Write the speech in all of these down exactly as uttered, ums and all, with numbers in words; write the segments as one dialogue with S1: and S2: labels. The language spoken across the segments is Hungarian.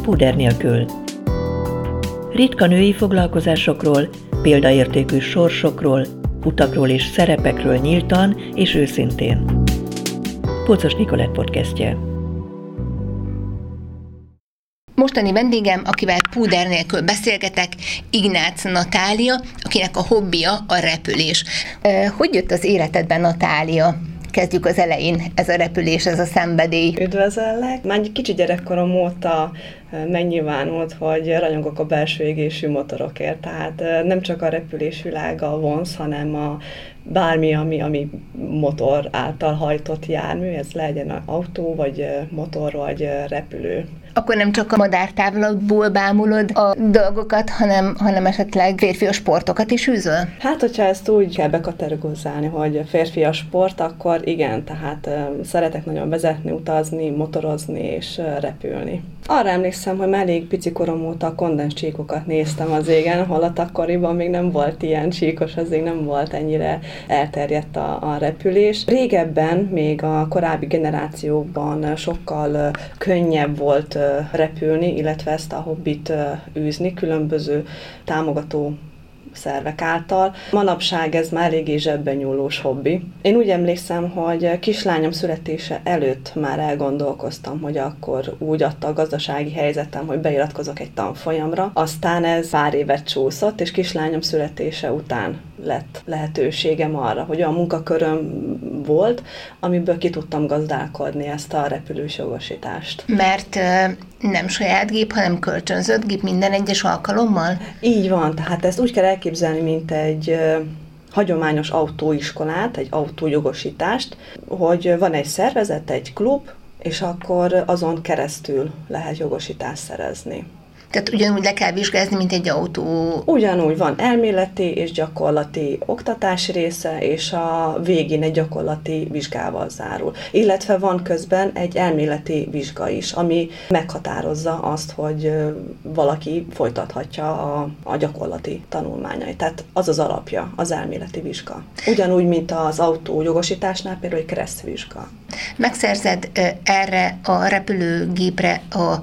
S1: púder nélkül. Ritka női foglalkozásokról, példaértékű sorsokról, utakról és szerepekről nyíltan és őszintén. Pocos Nikolett podcastje.
S2: Mostani vendégem, akivel púder nélkül beszélgetek, Ignác Natália, akinek a hobbija a repülés. Hogy jött az életedben, Natália? Kezdjük az elején, ez a repülés, ez a szenvedély.
S3: Üdvözöllek! Már egy kicsi gyerekkorom óta megnyilvánult, hogy rajongok a belső égésű motorokért. Tehát nem csak a repülés világa vonz, hanem a bármi, ami, ami motor által hajtott jármű, ez legyen autó, vagy motor, vagy repülő.
S2: Akkor nem csak a madártávlatból bámulod a dolgokat, hanem, hanem esetleg férfias sportokat is űzöl?
S3: Hát, hogyha ezt úgy kell bekategorizálni, hogy férfias sport, akkor igen, tehát uh, szeretek nagyon vezetni, utazni, motorozni és uh, repülni. Arra emlékszem, hogy már elég pici korom óta kondenscsíkokat néztem az égen, holott akkoriban még nem volt ilyen csíkos, azért nem volt ennyire elterjedt a, a repülés. Régebben, még a korábbi generációkban sokkal uh, könnyebb volt repülni, illetve ezt a hobbit űzni különböző támogató szervek által. Manapság ez már eléggé zsebben nyúlós hobbi. Én úgy emlékszem, hogy kislányom születése előtt már elgondolkoztam, hogy akkor úgy adta a gazdasági helyzetem, hogy beiratkozok egy tanfolyamra. Aztán ez pár évet csúszott, és kislányom születése után lett lehetőségem arra, hogy olyan munkaköröm volt, amiből ki tudtam gazdálkodni ezt a repülős jogosítást.
S2: Mert uh, nem saját gép, hanem kölcsönzött gép minden egyes alkalommal?
S3: Így van, tehát ezt úgy kell elképzelni, mint egy uh, hagyományos autóiskolát, egy autójogosítást, hogy van egy szervezet, egy klub, és akkor azon keresztül lehet jogosítást szerezni.
S2: Tehát ugyanúgy le kell vizsgázni, mint egy autó.
S3: Ugyanúgy van elméleti és gyakorlati oktatási része, és a végén egy gyakorlati vizsgával zárul. Illetve van közben egy elméleti vizsga is, ami meghatározza azt, hogy valaki folytathatja a, a gyakorlati tanulmányait. Tehát az az alapja, az elméleti vizsga. Ugyanúgy, mint az autó jogosításnál például egy keresztvizsga.
S2: Megszerzed erre a repülőgépre a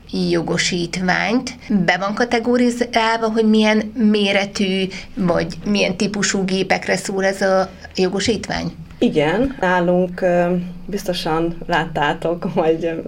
S2: jogosítványt. Be van kategorizálva, hogy milyen méretű, vagy milyen típusú gépekre szól ez a jogosítvány?
S3: Igen, nálunk biztosan láttátok, hogy,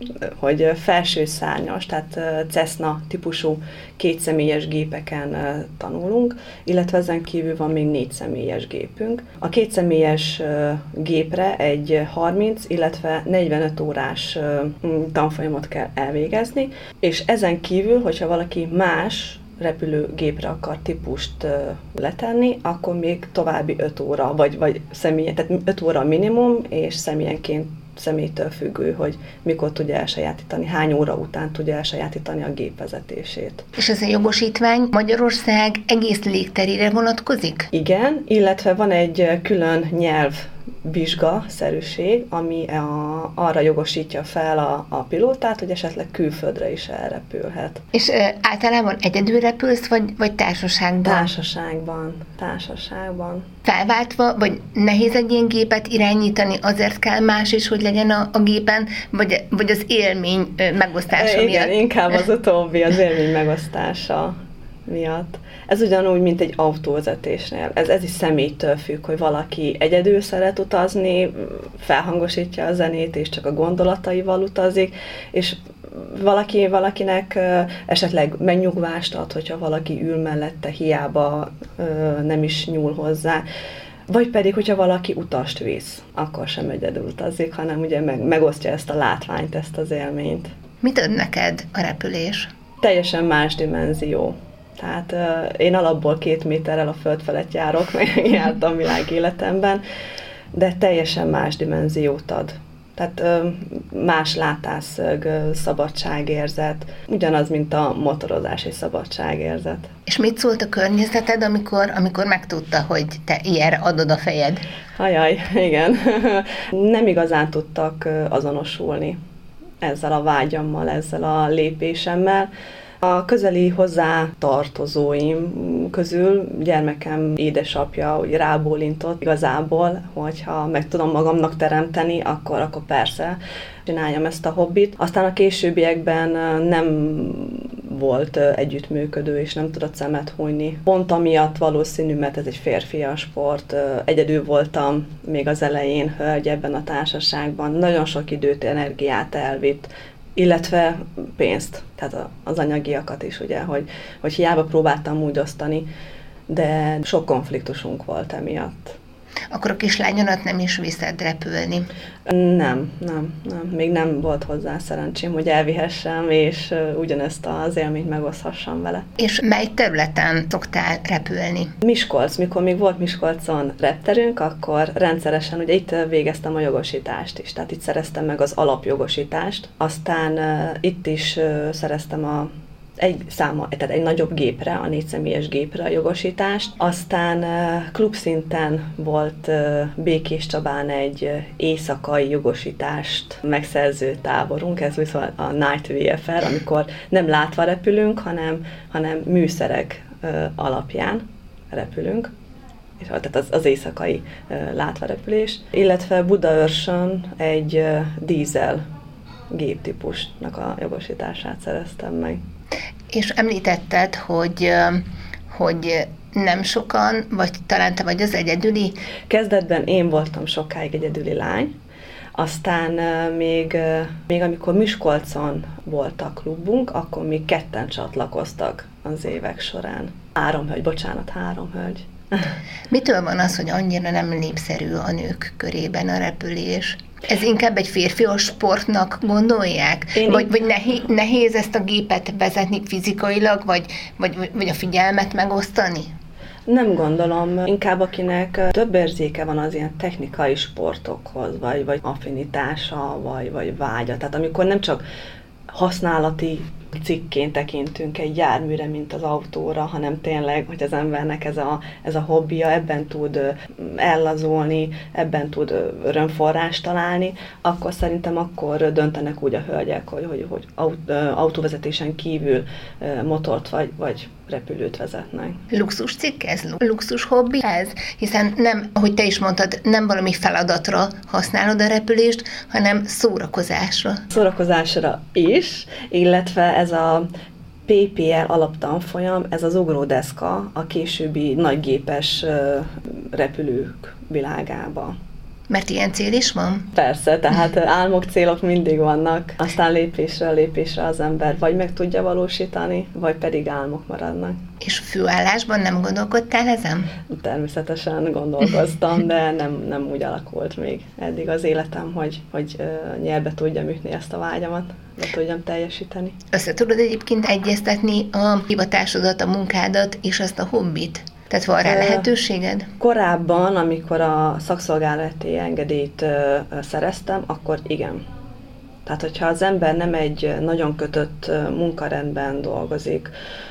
S3: hogy felsőszárnyas, tehát Cessna típusú kétszemélyes gépeken tanulunk, illetve ezen kívül van még négyszemélyes gépünk. A kétszemélyes gépre egy harminc, illetve negyvenöt órás tanfolyamot kell elvégezni, és ezen kívül, hogyha valaki más repülőgépre akar típust uh, letenni, akkor még további öt óra, vagy, vagy személyen, tehát öt óra minimum, és személyenként személytől függő, hogy mikor tudja elsajátítani, hány óra után tudja elsajátítani a gépvezetését.
S2: És ez a jogosítvány Magyarország egész légterére vonatkozik?
S3: Igen, illetve van egy külön nyelv vizsga-szerűség, ami a, arra jogosítja fel a, a pilótát, hogy esetleg külföldre is elrepülhet.
S2: És e, általában egyedül repülsz, vagy, vagy társaságban?
S3: Társaságban. Társaságban.
S2: Felváltva, vagy nehéz egy ilyen gépet irányítani, azért kell más is, hogy legyen a, a gépen, vagy, vagy az élmény megosztása
S3: e,
S2: miatt?
S3: Igen, inkább az utóbbi, az élmény megosztása miatt. Ez ugyanúgy, mint egy autóvezetésnél. Ez, ez is személytől függ, hogy valaki egyedül szeret utazni, felhangosítja a zenét, és csak a gondolataival utazik, és valaki, valakinek esetleg megnyugvást ad, hogyha valaki ül mellette, hiába nem is nyúl hozzá. Vagy pedig, hogyha valaki utast visz, akkor sem egyedül utazik, hanem ugye meg, megosztja ezt a látványt, ezt az élményt.
S2: Mit ad neked a repülés?
S3: Teljesen más dimenzió. Tehát uh, én alapból két méterrel a föld felett járok, meg jártam világéletemben, de teljesen más dimenziót ad. Tehát uh, más látásszög, uh, szabadságérzet, ugyanaz, mint a motorozási szabadságérzet.
S2: És mit szólt a környezeted, amikor, amikor megtudta, hogy te ilyenre adod a fejed?
S3: Ajaj, igen. Nem igazán tudtak azonosulni ezzel a vágyammal, ezzel a lépésemmel. A közeli hozzátartozóim közül gyermekem édesapja úgy rábólintott igazából, hogyha meg tudom magamnak teremteni, akkor, akkor persze. csináljam ezt a hobbit. Aztán a későbbiekben nem volt együttműködő, és nem tudott szemet hunyni. Pont amiatt valószínű, mert ez egy férfias sport. Egyedül voltam még az elején hölgy ebben a társaságban. Nagyon sok időt, energiát elvitt, illetve pénzt, tehát az anyagiakat is, ugye, hogy, hogy hiába próbáltam úgy osztani, de sok konfliktusunk volt emiatt.
S2: Akkor a kislányodat nem is viszed repülni?
S3: Nem, nem, nem. Még nem volt hozzá szerencsém, hogy elvihessem, és ugyanezt az élményt megoszthassam vele.
S2: És mely területen szoktál repülni?
S3: Miskolc. Mikor még volt Miskolcon repterünk, akkor rendszeresen, ugye itt végeztem a jogosítást is, tehát itt szereztem meg az alapjogosítást, aztán uh, itt is uh, szereztem a egy száma, tehát egy nagyobb gépre, a négy személyes gépre a jogosítást. Aztán uh, klubszinten volt uh, Békés Csabán egy uh, éjszakai jogosítást megszerző táborunk, ez viszont a Night vé ef er, amikor nem látva repülünk, hanem, hanem műszerek uh, alapján repülünk. Tehát az, az éjszakai uh, látvarepülés. Illetve Budaörsön egy uh, dízel géptípusnak a jogosítását szereztem meg.
S2: És említetted, hogy, hogy nem sokan, vagy talán te vagy az egyedüli?
S3: Kezdetben én voltam sokáig egyedüli lány, aztán még, még amikor Miskolcon volt a klubunk, akkor még ketten csatlakoztak az évek során. Három hölgy, bocsánat, három hölgy.
S2: Mitől van az, hogy annyira nem népszerű a nők körében a repülés? Ez inkább egy férfias sportnak gondolják? Én vagy vagy nehéz, nehéz ezt a gépet vezetni fizikailag, vagy, vagy, vagy a figyelmet megosztani?
S3: Nem gondolom. Inkább akinek több érzéke van az ilyen technikai sportokhoz, vagy, vagy affinitása, vagy, vagy vágya. Tehát amikor nem csak használati cikként tekintünk egy járműre, mint az autóra, hanem tényleg, hogy az embernek ez a, ez a hobbija, ebben tud ellazulni, ebben tud örömforrást találni, akkor szerintem akkor döntenek úgy a hölgyek, hogy, hogy, hogy autóvezetésen kívül motort vagy, vagy repülőt vezetnek.
S2: Luxus cikk ez? Luxus hobbi ez? Hiszen nem, ahogy te is mondtad, nem valami feladatra használod a repülést, hanem szórakozásra.
S3: Szórakozásra is, illetve ez a pé pé el alaptanfolyam, ez az ugródeszka a későbbi nagygépes repülők világába.
S2: Mert ilyen cél is van?
S3: Persze, tehát álmok, célok mindig vannak, aztán lépésről lépésre az ember vagy meg tudja valósítani, vagy pedig álmok maradnak.
S2: És főállásban nem gondolkodtál ezen?
S3: Természetesen gondolkoztam, de nem, nem úgy alakult még eddig az életem, hogy, hogy uh, nyelbe tudjam ütni ezt a vágyamat, be tudjam teljesíteni.
S2: Össze tudod egyébként egyeztetni a hivatásodat, a munkádat és azt a hobbit? Tehát van rá lehetőséged?
S3: Korábban, amikor a szakszolgálati engedélyt szereztem, akkor igen. Tehát, hogyha az ember nem egy nagyon kötött munkarendben dolgozik,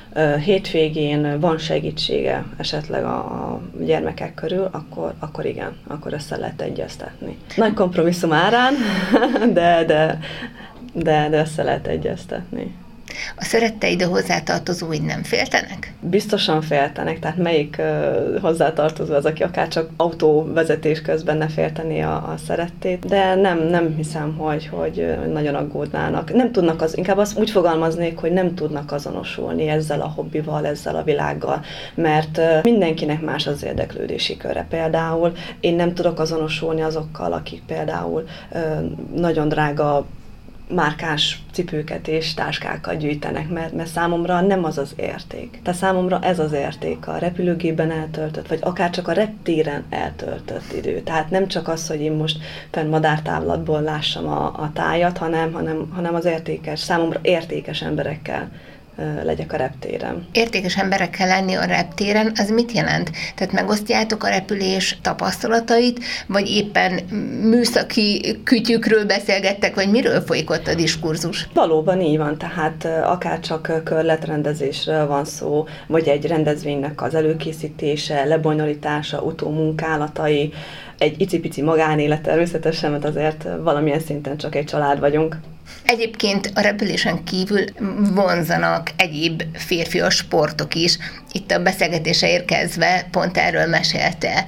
S3: hétvégén van segítsége esetleg a gyermekek körül, akkor, akkor igen, akkor össze lehet egyeztetni. Nagy kompromisszum árán, de, de, de, de össze lehet egyeztetni.
S2: A szeretteid, a hozzátartozóid nem féltenek?
S3: Biztosan féltenek, tehát melyik uh, hozzátartozó az, aki akár csak autóvezetés közben ne féltené a, a szerettét, de nem, nem hiszem, hogy, hogy nagyon aggódnának. Nem tudnak, az, inkább azt úgy fogalmaznék, hogy nem tudnak azonosulni ezzel a hobbival, ezzel a világgal, mert uh, mindenkinek más az érdeklődési köre. Például én nem tudok azonosulni azokkal, akik például uh, nagyon drága márkás cipőket és táskákat gyűjtenek, mert, mert számomra nem az az érték. Tehát számomra ez az érték, a repülőgépben eltöltött, vagy akár csak a reptéren eltöltött idő. Tehát nem csak az, hogy én most fenn madártávlatból lássam a, a tájat, hanem, hanem, hanem az értékes, számomra értékes emberekkel legyek a reptéren.
S2: Értékes emberekkel lenni a reptéren, az mit jelent? Tehát megosztjátok a repülés tapasztalatait, vagy éppen műszaki kütyükről beszélgettek, vagy miről folyik ott a diskurzus?
S3: Valóban így van, tehát akár csak körletrendezésről van szó, vagy egy rendezvénynek az előkészítése, lebonyolítása, utómunkálatai, egy icipici magánélet természetesen, mert azért valamilyen szinten csak egy család vagyunk.
S2: Egyébként a repülésen kívül vonzanak egyéb férfias sportok is. Itt a beszélgetése érkezve pont erről mesélte.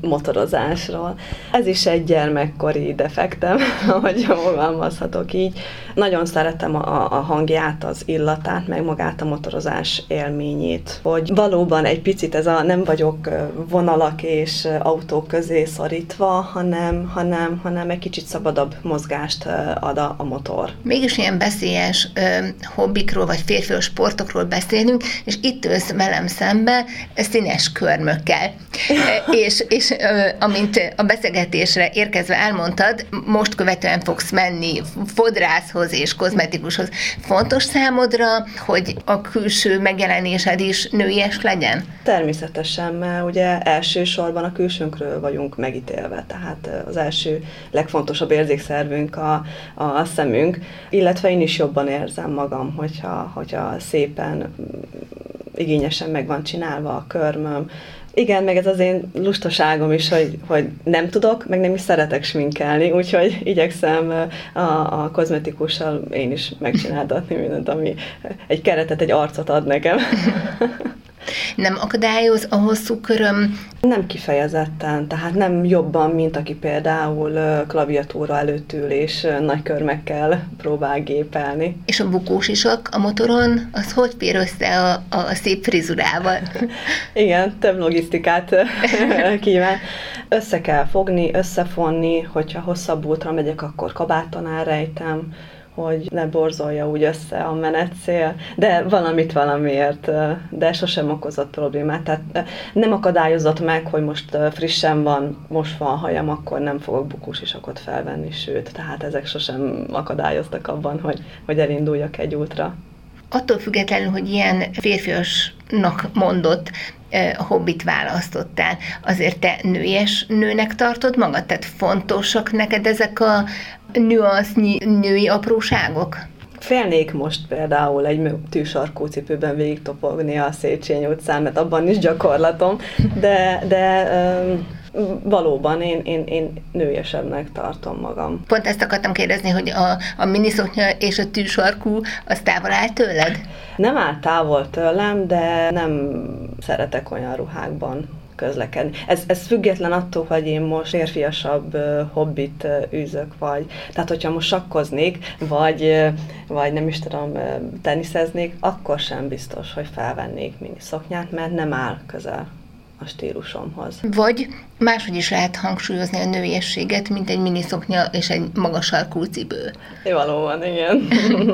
S3: motorozásról. Ez is egy gyermekkori defektem, ahogy fogalmazhatok így. Nagyon szeretem a, a hangját, az illatát, meg magát a motorozás élményét. Hogy valóban egy picit ez a nem vagyok vonalak és autók közé szorítva, hanem, hanem, hanem egy kicsit szabadabb mozgást ad a, a motor.
S2: Mégis ilyen veszélyes ö, hobbikról vagy férfias sportokról beszélünk, és itt ülsz velem szembe színes körmökkel. és és ö, amint a beszélgetésre érkezve elmondtad, most követően fogsz menni fodrászhoz és kozmetikushoz. Fontos számodra, hogy a külső megjelenésed is nőies legyen?
S3: Természetesen, mert ugye elsősorban a külsőnkről vagyunk megítélve, tehát az első legfontosabb érzékszervünk a, a szemünk, illetve én is jobban érzem magam, hogyha, hogyha szépen, igényesen meg van csinálva a körmöm. Igen, meg ez az én lustaságom is, hogy, hogy nem tudok, meg nem is szeretek sminkelni, úgyhogy igyekszem a, a kozmetikussal én is megcsináltatni mindent, ami egy keretet, egy arcot ad nekem.
S2: Nem akadályoz a hosszú köröm?
S3: Nem kifejezetten, tehát nem jobban, mint aki például klaviatúra előtt ül és nagy körmekkel próbál gépelni.
S2: És a bukós isak a motoron, az hogy fér össze a, a szép frizurával?
S3: Igen, több logisztikát kíván. Össze kell fogni, összefonni, hogyha hosszabb útra megyek, akkor kabáton elrejtem, hogy ne borzolja úgy össze a menetszél, de valamit valamiért, de sosem okozott problémát. Tehát nem akadályozott meg, hogy most frissen van, most van hajam, akkor nem fogok bukósisakot felvenni, sőt, tehát ezek sosem akadályoztak abban, hogy, hogy elinduljak egy útra.
S2: Attól függetlenül, hogy ilyen férfiasnak mondott eh, hobbit választottál, azért te nőies nőnek tartod magad? Tehát fontosak neked ezek a nüansznyi női apróságok?
S3: Félnék most például egy tűsarkú cipőben végig topogni a Széchenyi utcán, mert abban is gyakorlatom, de, de um, valóban én, én, én nőiesebbnek tartom magam.
S2: Pont ezt akartam kérdezni, hogy a, a miniszoknya és a tűsarkú az távol áll tőled?
S3: Nem áll távol tőlem, de nem szeretek olyan ruhákban közlekedni. Ez, ez független attól, hogy én most férfiasabb uh, hobbit uh, űzök, vagy tehát hogyha most sakkoznék, vagy, uh, vagy nem is tudom, uh, teniszeznék, akkor sem biztos, hogy felvennék miniszoknyát, mert nem áll közel a stílusomhoz.
S2: Vagy máshogy is lehet hangsúlyozni a nőiességet, mint egy miniszoknya és egy magas sarkú cipő.
S3: Valóban, igen.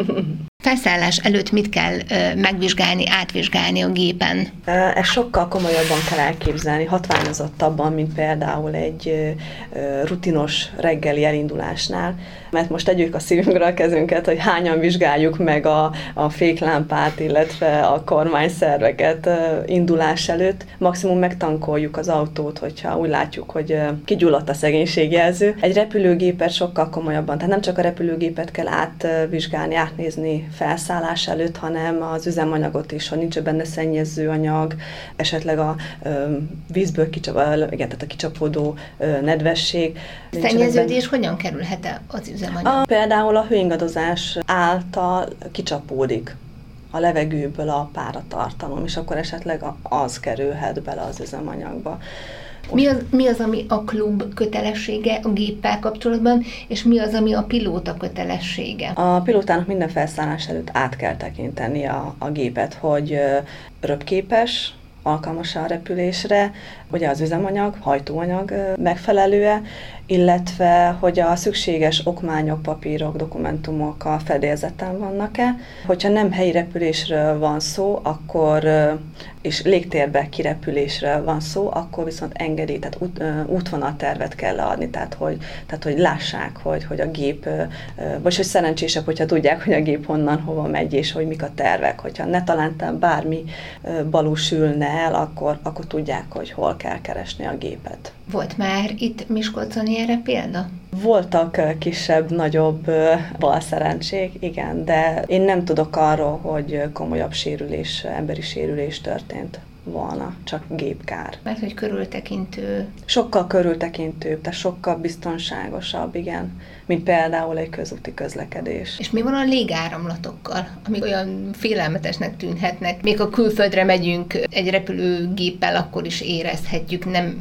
S2: Felszállás előtt mit kell ö, megvizsgálni, átvizsgálni a gépen?
S3: Ezt sokkal komolyabban kell elképzelni, hatványozottabban, mint például egy ö, rutinos reggeli elindulásnál, mert most tegyük a szívünkre a kezünket, hogy hányan vizsgáljuk meg a, a féklámpát, illetve a kormányszerveket ö, indulás előtt. Maximum megtankoljuk az autót, hogyha úgy látjuk, hogy ö, kigyulladt a szegénységjelző. Egy repülőgépet sokkal komolyabban, tehát nem csak a repülőgépet kell átvizsgálni, átnézni felszállás előtt, hanem az üzemanyagot is, ha nincs benne szennyező anyag, esetleg a ö, vízből kicsap, igen, tehát a kicsapódó ö, nedvesség.
S2: Szennyeződés hogyan kerülhet el az üzemanyag?
S3: A, például a hőingadozás által kicsapódik a levegőből a páratartalom, és akkor esetleg az kerülhet bele az üzemanyagba.
S2: Mi az, mi az, ami a klub kötelessége a géppel kapcsolatban, és mi az, ami a pilóta kötelessége?
S3: A pilótának minden felszállás előtt át kell tekinteni a, a gépet, hogy röpképes, alkalmas a repülésre, ugye az üzemanyag, hajtóanyag megfelelő-e, illetve hogy a szükséges okmányok, papírok, dokumentumok a fedélzeten vannak-e. Hogyha nem helyi repülésről van szó, akkor és légtérbe kirepülésről van szó, akkor viszont engedély, tehát út, útvonaltervet kell leadni, tehát hogy, tehát hogy lássák, hogy, hogy a gép, vagy hogy szerencsésebb, hogyha tudják, hogy a gép honnan, hova megy, és hogy mik a tervek. Hogyha ne talántán bármi balúsülne el, akkor, akkor tudják, hogy hol kell keresni a gépet.
S2: Volt már itt Miskolcon erre példa?
S3: Voltak kisebb, nagyobb balszerencsék, igen, de én nem tudok arról, hogy komolyabb sérülés, emberi sérülés történt volna, csak gépkár.
S2: Mert hogy körültekintő.
S3: Sokkal körültekintőbb, tehát sokkal biztonságosabb, igen, mint például egy közúti közlekedés.
S2: És mi van a légáramlatokkal, amik olyan félelmetesnek tűnhetnek? Még ha külföldre megyünk egy repülőgéppel, akkor is érezhetjük, nem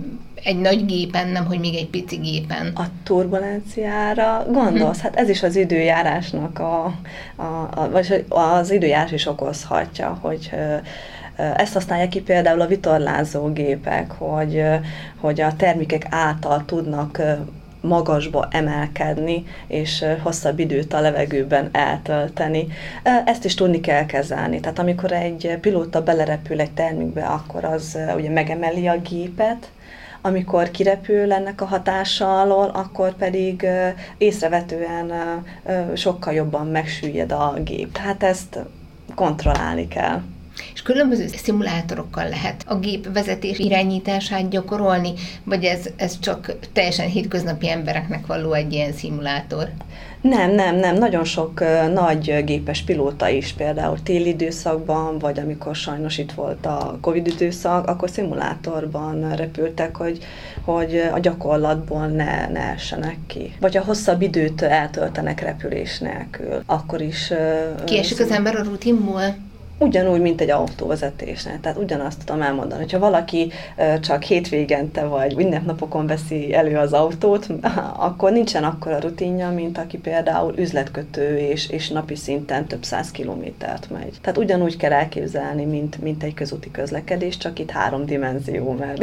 S2: egy nagy gépen, nem hogy még egy pici gépen.
S3: A turbulenciára gondolsz? Hát ez is az időjárásnak a, a, a vagy az időjárás is okozhatja, hogy ezt használják ki például a vitorlázó gépek, hogy, hogy a termékek által tudnak magasba emelkedni, és hosszabb időt a levegőben eltölteni. Ezt is tudni kell kezelni. Tehát amikor egy pilóta belerepül egy termékbe, akkor az ugye megemeli a gépet, amikor kirepül ennek a hatása alól, akkor pedig észrevetően sokkal jobban megsüllyed a gép. Tehát ezt kontrollálni kell.
S2: És különböző szimulátorokkal lehet a gép vezetés irányítását gyakorolni, vagy ez, ez csak teljesen hétköznapi embereknek való egy ilyen szimulátor?
S3: Nem, nem, nem. Nagyon sok uh, nagy gépes pilóta is, például téli időszakban, vagy amikor sajnos itt volt a Covid időszak, akkor szimulátorban repültek, hogy, hogy a gyakorlatból ne, ne essenek ki. Vagy a hosszabb időt eltöltenek repülés nélkül. Akkor is... Uh,
S2: Kiesik az ember a rutinból?
S3: Ugyanúgy, mint egy autóvezetésnél. Tehát ugyanazt tudom elmondani, hogyha valaki csak hétvégente vagy ünnepnapokon veszi elő az autót, akkor nincsen akkora rutinja, mint aki például üzletkötő és, és napi szinten több száz kilométert megy. Tehát ugyanúgy kell elképzelni, mint, mint egy közúti közlekedés, csak itt három dimenzió, mert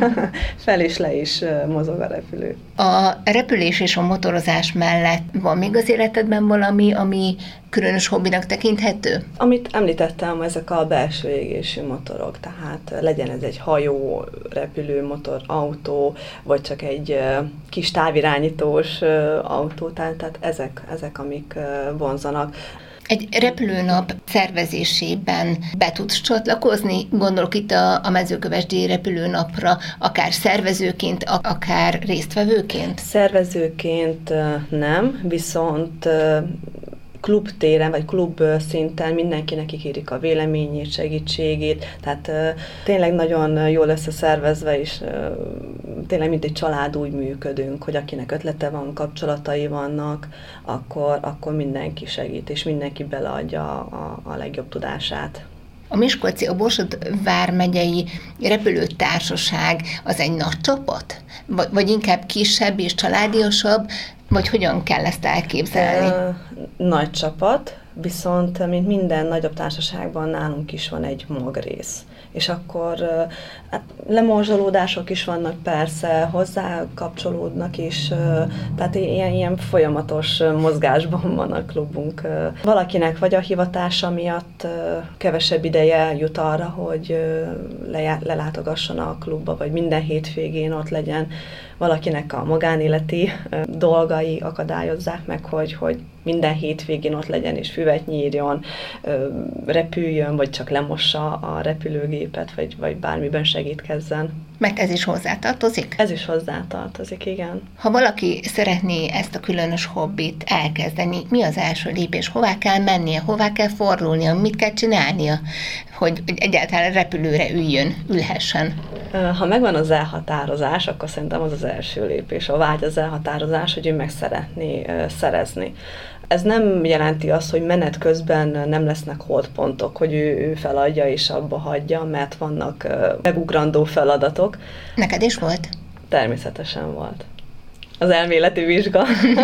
S3: fel és le is mozog a repülő.
S2: A repülés és a motorozás mellett van még az életedben valami, ami különös hobbinak tekinthető?
S3: Amit említettem, ezek a belső égésű motorok, tehát legyen ez egy hajó, repülőmotor, autó, vagy csak egy kis távirányítós autó, tehát ezek, ezek amik vonzanak.
S2: Egy repülőnap szervezésében be tudsz csatlakozni? Gondolok itt a, a mezőkövesdi repülőnapra, akár szervezőként, akár résztvevőként?
S3: Szervezőként nem, viszont klubtéren, vagy klub szinten mindenkinek kikérik a véleményét, segítségét, tehát uh, tényleg nagyon jól összeszervezve, és uh, tényleg mint egy család úgy működünk, hogy akinek ötlete van, kapcsolatai vannak, akkor, akkor mindenki segít, és mindenki beleadja a, a legjobb tudását.
S2: A Miskolci, a Borsod vármegyei repülőtársaság az egy nagy csapat? Vagy, vagy inkább kisebb és családiasabb? Vagy hogyan kell ezt elképzelni?
S3: Nagy csapat, viszont mint minden nagyobb társaságban nálunk is van egy magrész. És akkor hát, lemorzsolódások is vannak persze, hozzá kapcsolódnak is, tehát ilyen, ilyen folyamatos mozgásban van a klubunk. Valakinek vagy a hivatása miatt kevesebb ideje jut arra, hogy lelátogasson a klubba, vagy minden hétvégén ott legyen. Valakinek a magánéleti dolgai akadályozzák meg, hogy, hogy minden hétvégén ott legyen és füvet nyírjon, repüljön, vagy csak lemossa a repülőgépet, vagy, vagy bármiben segítkezzen.
S2: Mert ez is hozzátartozik?
S3: Ez is hozzátartozik, igen.
S2: Ha valaki szeretné ezt a különös hobbit elkezdeni, mi az első lépés? Hová kell mennie? Hová kell fordulnia? Mit kell csinálnia, hogy egyáltalán repülőre üljön, ülhessen?
S3: Ha megvan az elhatározás, akkor szerintem az az első lépés. A vágy az elhatározás, hogy ő meg szeretné szerezni. Ez nem jelenti azt, hogy menet közben nem lesznek holdpontok, hogy ő, ő feladja és abba hagyja, mert vannak megugrandó feladatok.
S2: Neked is volt?
S3: Természetesen volt. Az elméleti vizsga.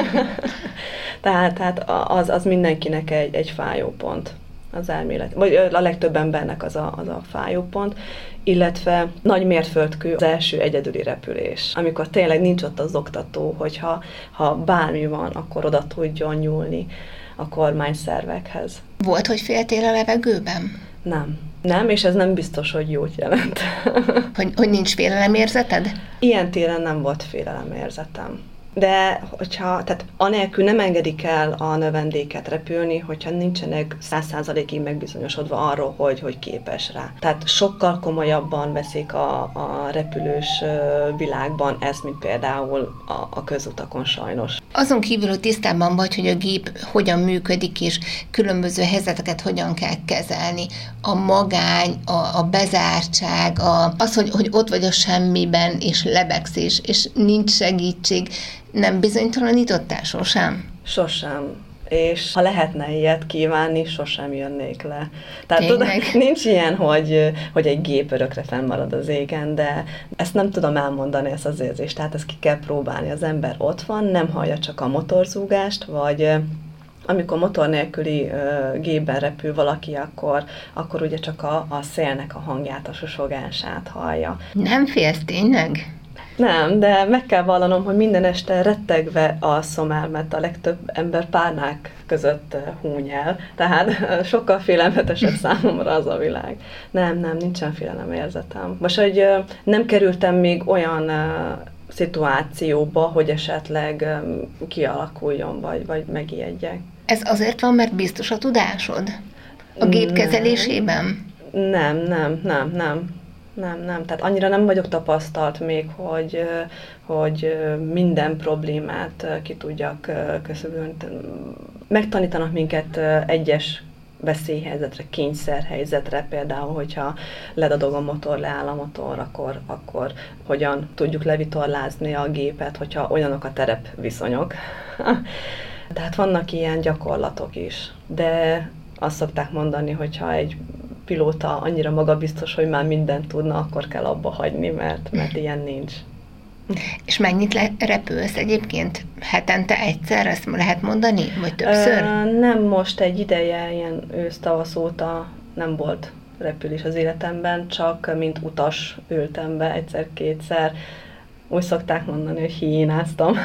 S3: tehát tehát az, az mindenkinek egy, egy fájópont. Az elmélet, vagy a legtöbb embernek az a, az a fájópont, illetve nagy mérföldkő az első egyedüli repülés, amikor tényleg nincs ott az oktató, hogyha ha bármi van, akkor oda tudjon nyúlni a kormányszervekhez.
S2: Volt, hogy féltél a levegőben?
S3: Nem. Nem, és ez nem biztos, hogy jót jelent.
S2: hogy, hogy nincs félelemérzeted?
S3: Ilyen téren nem volt félelemérzetem. De hogyha, tehát anélkül nem engedik el a növendéket repülni, hogyha nincsenek száz százalékig megbizonyosodva arról, hogy, hogy képes rá. Tehát sokkal komolyabban veszik a, a repülős világban ezt, mint például a, a közutakon sajnos.
S2: Azon kívül, hogy tisztában vagy, hogy a gép hogyan működik, és különböző helyzeteket hogyan kell kezelni. A magány, a, a bezártság, a, az, hogy, hogy ott vagy a semmiben, és lebegsz, és, és nincs segítség, nem bizonytalanítottál sosem?
S3: Sosem. és ha lehetne ilyet kívánni, sosem jönnék le. Tehát tudod, nincs ilyen, hogy, hogy egy gép örökre fennmarad az égen, de ezt nem tudom elmondani, ezt az érzést, tehát ezt ki kell próbálni. Az ember ott van, nem hallja csak a motorzúgást, vagy amikor motor nélküli uh, gépben repül valaki, akkor, akkor ugye csak a, a szélnek a hangját, a susogását hallja.
S2: Nem félsz tényleg?
S3: Nem, de meg kell vallanom, hogy minden este rettegve alszom el, mert a legtöbb ember párnák között húny el, tehát sokkal félelmetesebb számomra az a világ. Nem, nem, nincsen félelemérzetem. Most, hogy nem kerültem még olyan szituációba, hogy esetleg kialakuljon, vagy, vagy megijedjek.
S2: Ez azért van, mert biztos a tudásod? A gép kezelésében?
S3: Nem, nem, nem, nem. Nem, nem. Tehát annyira nem vagyok tapasztalt még, hogy, hogy minden problémát ki tudjak köszönni. Megtanítanak minket egyes veszélyhelyzetre, kényszerhelyzetre, például, hogyha ledadog a motor, leáll a motor, akkor, akkor hogyan tudjuk levitorlázni a gépet, hogyha olyanok a terepviszonyok. Tehát vannak ilyen gyakorlatok is, de azt szokták mondani, hogyha egy pilóta annyira magabiztos, hogy már mindent tudna, akkor kell abba hagyni, mert, mert ilyen nincs.
S2: És mennyit le- repülsz egyébként? Hetente egyszer, ezt lehet mondani? Vagy többször?
S3: Ö, nem most egy ideje, ilyen ősz-tavasz óta nem volt repülés az életemben, csak mint utas ültem be egyszer-kétszer. Úgy szokták mondani, hogy hiénáztam.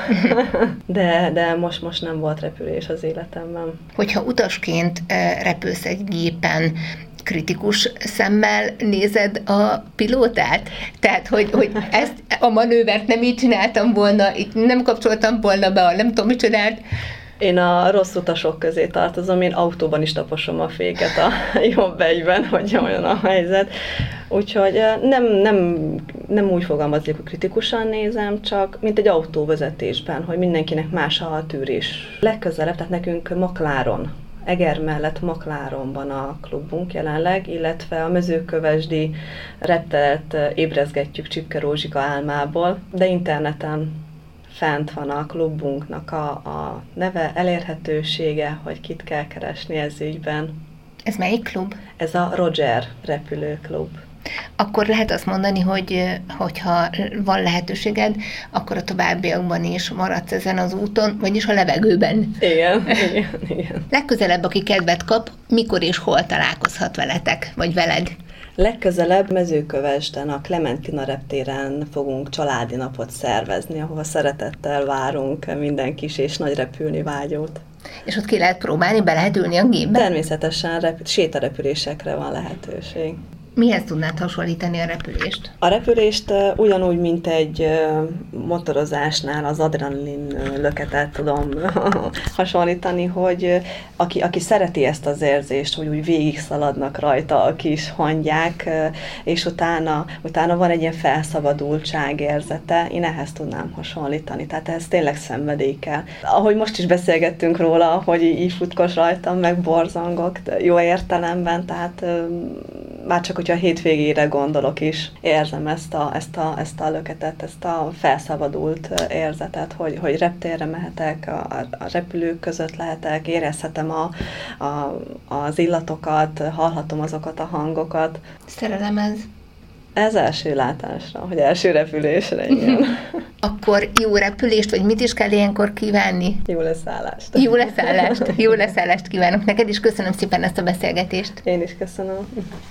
S3: de, de most, most nem volt repülés az életemben.
S2: Hogyha utasként repülsz egy gépen, kritikus szemmel nézed a pilótát? Tehát, hogy, hogy ezt a manővert nem így csináltam volna, itt nem kapcsoltam volna be a nem tudom, mit csinált.
S3: Én a rossz utasok közé tartozom, én autóban is taposom a féket a jobb egyben, hogy olyan a helyzet. Úgyhogy nem, nem, nem úgy fogalmaznék, hogy kritikusan nézem, csak mint egy autóvezetésben, hogy mindenkinek más a tűrés. Legközelebb, tehát nekünk Makláron, Eger mellett Makláronban a klubunk jelenleg, illetve a mezőkövesdi repteret ébrezgetjük Csipke Rózsika álmából, de interneten fent van a klubunknak a, a neve, elérhetősége, hogy kit kell keresni ez ügyben.
S2: Ez melyik klub?
S3: Ez a Roger repülőklub.
S2: Akkor lehet azt mondani, hogy hogyha van lehetőséged, akkor a továbbiakban is maradsz ezen az úton, vagyis a levegőben.
S3: Igen, igen, igen.
S2: Legközelebb, aki kedvet kap, mikor és hol találkozhat veletek, vagy veled?
S3: Legközelebb Mezőkövesden, a Klementina reptéren fogunk családi napot szervezni, ahova szeretettel várunk minden kis és nagy repülni vágyót.
S2: És ott ki lehet próbálni, be lehet ülni a gépbe?
S3: Természetesen rep- sétarepülésekre van lehetőség.
S2: Mihez tudnád hasonlítani a repülést?
S3: A repülést uh, ugyanúgy, mint egy uh, motorozásnál az adrenalin uh, löketet tudom hasonlítani, hogy uh, aki, aki szereti ezt az érzést, hogy úgy végig szaladnak rajta a kis hangyák, uh, és utána, utána van egy ilyen felszabadultság érzete, én ehhez tudnám hasonlítani. Tehát ez tényleg szenvedély kell. Ahogy most is beszélgettünk róla, hogy így futkos rajtam, meg borzongok, jó értelemben, tehát uh, már csak, hogyha a hétvégére gondolok is, érzem ezt a, ezt a, ezt a löketet, ezt a felszabadult érzetet, hogy, hogy reptérre mehetek, a, a repülők között lehetek, érezhetem a, a, az illatokat, hallhatom azokat a hangokat.
S2: Szerelem ez?
S3: Ez első látásra, hogy első repülésre, igen.
S2: Akkor jó repülést, vagy mit is kell ilyenkor kívánni?
S3: Jó leszállást.
S2: Jó leszállást. Jó leszállást kívánok neked, és köszönöm szépen ezt a beszélgetést.
S3: Én is köszönöm.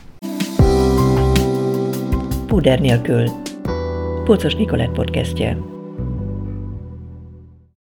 S1: Púder nélkül. Pocos Nikolett podcastje.